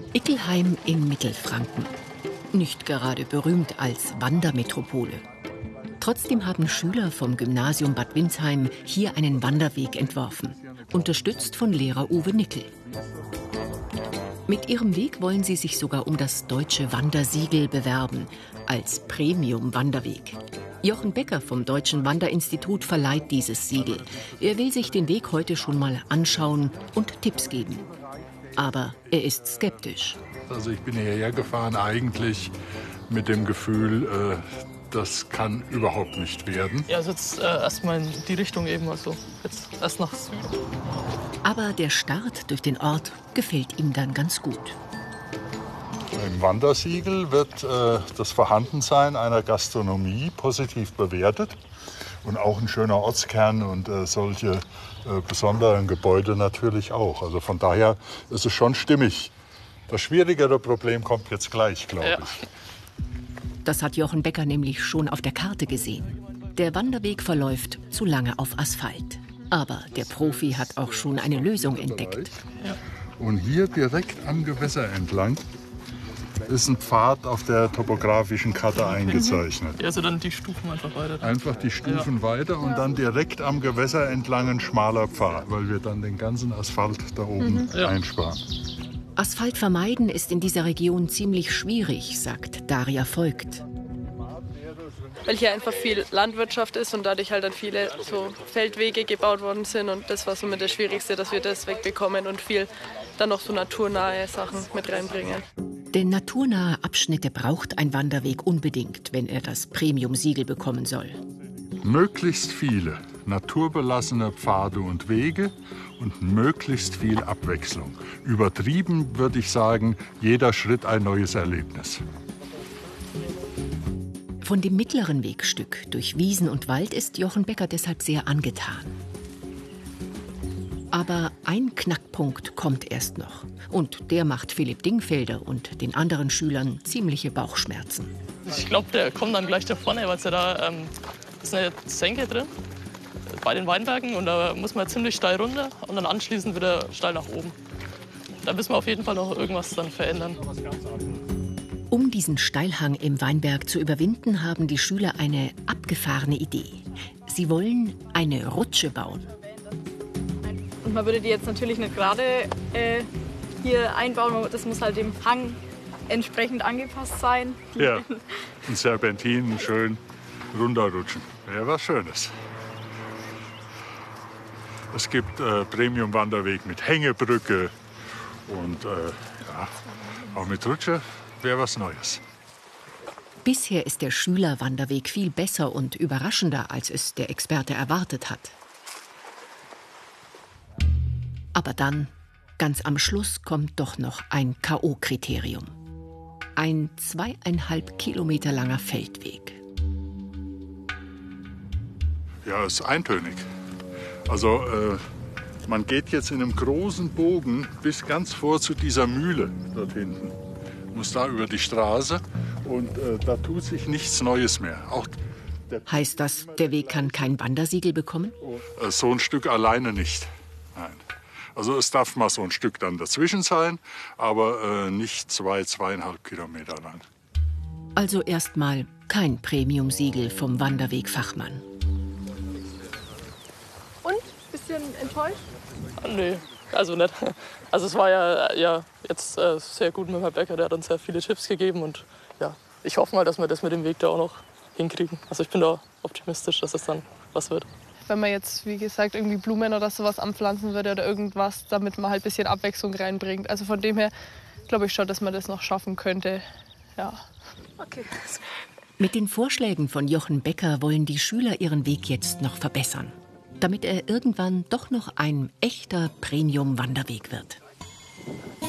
Ickelheim in Mittelfranken. Nicht gerade berühmt als Wandermetropole. Trotzdem haben Schüler vom Gymnasium Bad Windsheim hier einen Wanderweg entworfen, unterstützt von Lehrer Uwe Nickel. Mit ihrem Weg wollen sie sich sogar um das Deutsche Wandersiegel bewerben, als Premium-Wanderweg. Jochen Becker vom Deutschen Wanderinstitut verleiht dieses Siegel. Er will sich den Weg heute schon mal anschauen und Tipps geben. Aber er ist skeptisch. Also ich bin hierher gefahren eigentlich mit dem Gefühl, das kann überhaupt nicht werden. Ja, also jetzt erstmal in die Richtung eben, also jetzt erst nach Süden. Aber der Start durch den Ort gefällt ihm dann ganz gut. Im Wandersiegel wird das Vorhandensein einer Gastronomie positiv bewertet. Und auch ein schöner Ortskern und solche besonderen Gebäude natürlich auch. Also von daher ist es schon stimmig. Das schwierigere Problem kommt jetzt gleich, glaube ich. Das hat Jochen Becker nämlich schon auf der Karte gesehen. Der Wanderweg verläuft zu lange auf Asphalt. Aber der Profi hat auch schon eine Lösung entdeckt. Und hier direkt am Gewässer entlang ist ein Pfad auf der topografischen Karte eingezeichnet. Ja, also dann die Stufen einfach weiter. Einfach die Stufen weiter und dann direkt am Gewässer entlang ein schmaler Pfad, weil wir dann den ganzen Asphalt da oben einsparen. Asphalt vermeiden ist in dieser Region ziemlich schwierig, sagt Daria Voigt. Weil hier einfach viel Landwirtschaft ist und dadurch halt dann viele so Feldwege gebaut worden sind. Und das war somit das Schwierigste, dass wir das wegbekommen und viel dann noch so naturnahe Sachen mit reinbringen. Denn naturnahe Abschnitte braucht ein Wanderweg unbedingt, wenn er das Premium-Siegel bekommen soll. Möglichst viele naturbelassene Pfade und Wege und möglichst viel Abwechslung. Übertrieben würde ich sagen, jeder Schritt ein neues Erlebnis. Von dem mittleren Wegstück durch Wiesen und Wald ist Jochen Becker deshalb sehr angetan. Aber ein Knackpunkt kommt erst noch. Und der macht Philipp Dingfelder und den anderen Schülern ziemliche Bauchschmerzen. Ich glaube, der kommt dann gleich da vorne, weil ja da ist eine Senke drin bei den Weinbergen. Und da muss man ziemlich steil runter und dann anschließend wieder steil nach oben. Da müssen wir auf jeden Fall noch irgendwas dann verändern. Um diesen Steilhang im Weinberg zu überwinden, haben die Schüler eine abgefahrene Idee. Sie wollen eine Rutsche bauen. Und man würde die jetzt natürlich nicht gerade hier einbauen, das muss halt dem Hang entsprechend angepasst sein. Ja, ein Serpentin schön runterrutschen. Wäre was Schönes. Es gibt Premium-Wanderweg mit Hängebrücke und auch mit Rutsche wäre was Neues. Bisher ist der Schülerwanderweg viel besser und überraschender, als es der Experte erwartet hat. Aber dann, ganz am Schluss, kommt doch noch ein K.O.-Kriterium. Ein 2,5 Kilometer langer Feldweg. Ja, es ist eintönig. Also man geht jetzt in einem großen Bogen bis ganz vor zu dieser Mühle dort hinten. Muss da über die Straße und da tut sich nichts Neues mehr. Auch heißt das, der Weg kann kein Wandersiegel bekommen? So ein Stück alleine nicht. Nein. Also es darf mal so ein Stück dann dazwischen sein, aber nicht 2,5 Kilometer lang. Also erstmal kein Premium-Siegel vom Wanderwegfachmann. Und? Bisschen enttäuscht? Nee, also nicht. Also es war ja jetzt sehr gut mit Herrn Becker, der hat uns sehr viele Tipps gegeben. Und ja, ich hoffe mal, dass wir das mit dem Weg da auch noch hinkriegen. Also ich bin da optimistisch, dass es dann was wird. Wenn man jetzt, wie gesagt, irgendwie Blumen oder sowas anpflanzen würde oder irgendwas, damit man halt ein bisschen Abwechslung reinbringt. Also von dem her glaube ich schon, dass man das noch schaffen könnte. Ja. Okay. Mit den Vorschlägen von Jochen Becker wollen die Schüler ihren Weg jetzt noch verbessern, damit er irgendwann doch noch ein echter Premium-Wanderweg wird.